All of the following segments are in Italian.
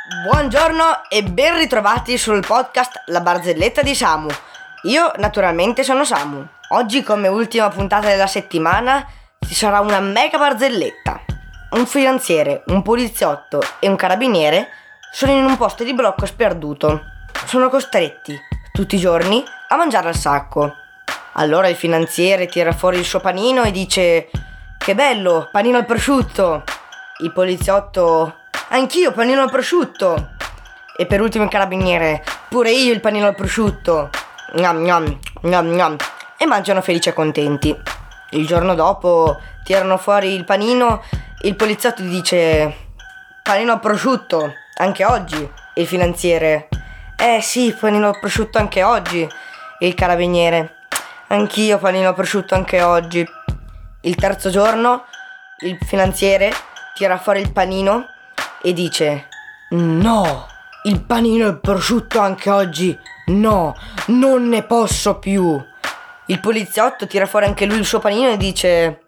Buongiorno e ben ritrovati sul podcast La Barzelletta di Samu. Io naturalmente sono Samu. Oggi, come ultima puntata della settimana, ci sarà una mega barzelletta. Un finanziere, un poliziotto e un carabiniere sono in un posto di blocco sperduto. Sono costretti, tutti i giorni, a mangiare al sacco. Allora il finanziere tira fuori il suo panino e dice: "Che bello, panino al prosciutto!" Il poliziotto: "Anch'io panino al prosciutto!" E per ultimo il carabiniere: "Pure io il panino al prosciutto!" Gnam gnam, gnam gnam. E mangiano felici e contenti. Il giorno dopo tirano fuori il panino e il poliziotto gli dice: "Panino al prosciutto, anche oggi?" E il finanziere: Sì, panino al prosciutto anche oggi." E il carabiniere: "Anch'io panino al prosciutto anche oggi." Il terzo giorno il finanziere tira fuori il panino e dice: "No, il panino al prosciutto anche oggi no, non ne posso più." Il poliziotto tira fuori anche lui il suo panino e dice: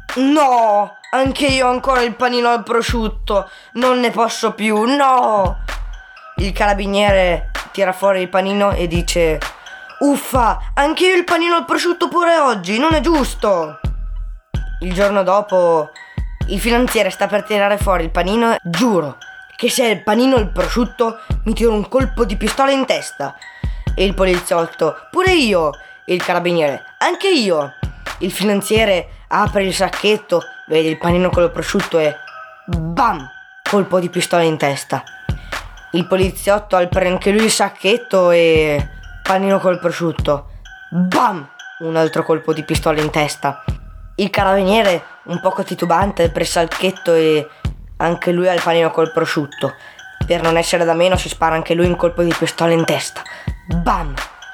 "No, anche io ancora il panino al prosciutto, non ne posso più, no." Il carabiniere tira fuori il panino e dice: "Uffa, anche io il panino al prosciutto pure oggi, non è giusto." Il giorno dopo il finanziere sta per tirare fuori il panino. "Giuro che se è il panino al prosciutto mi tiro un colpo di pistola in testa." E il poliziotto: "Pure io." E il carabiniere: "Anche io." Il finanziere apre il sacchetto, vede il panino con il prosciutto e bam! Colpo di pistola in testa. Il poliziotto apre anche lui il sacchetto e panino col prosciutto. Bam! Un altro colpo di pistola in testa. Il carabiniere, un poco titubante, apre il sacchetto e anche lui ha il panino col prosciutto. Per non essere da meno si spara anche lui un colpo di pistola in testa. Bam!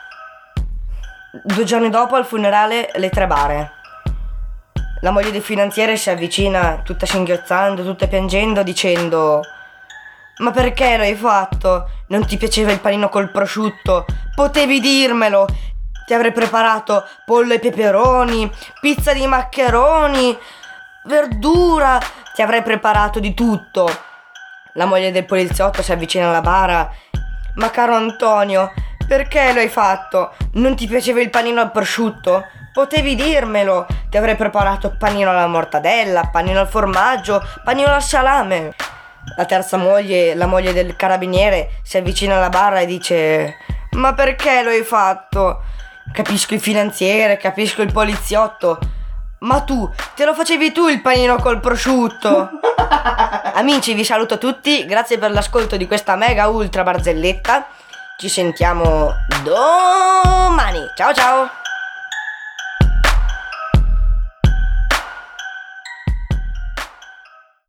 2 giorni dopo, al funerale, le 3 bare. La moglie del finanziere si avvicina, tutta singhiozzando, tutta piangendo, dicendo: "Ma perché lo hai fatto? Non ti piaceva il panino col prosciutto? Potevi dirmelo! Ti avrei preparato pollo e peperoni, pizza di maccheroni, verdura, ti avrei preparato di tutto." La moglie del poliziotto si avvicina alla bara: "Ma caro Antonio, perché lo hai fatto? Non ti piaceva il panino al prosciutto? Potevi dirmelo! Ti avrei preparato panino alla mortadella, panino al formaggio, panino al salame." La terza moglie, la moglie del carabiniere, si avvicina alla bara e dice: "Ma perché lo hai fatto? Capisco il finanziere, capisco il poliziotto, ma tu, te lo facevi tu il panino col prosciutto?" Amici, vi saluto tutti, grazie per l'ascolto di questa mega ultra barzelletta. Ci sentiamo domani. Ciao ciao!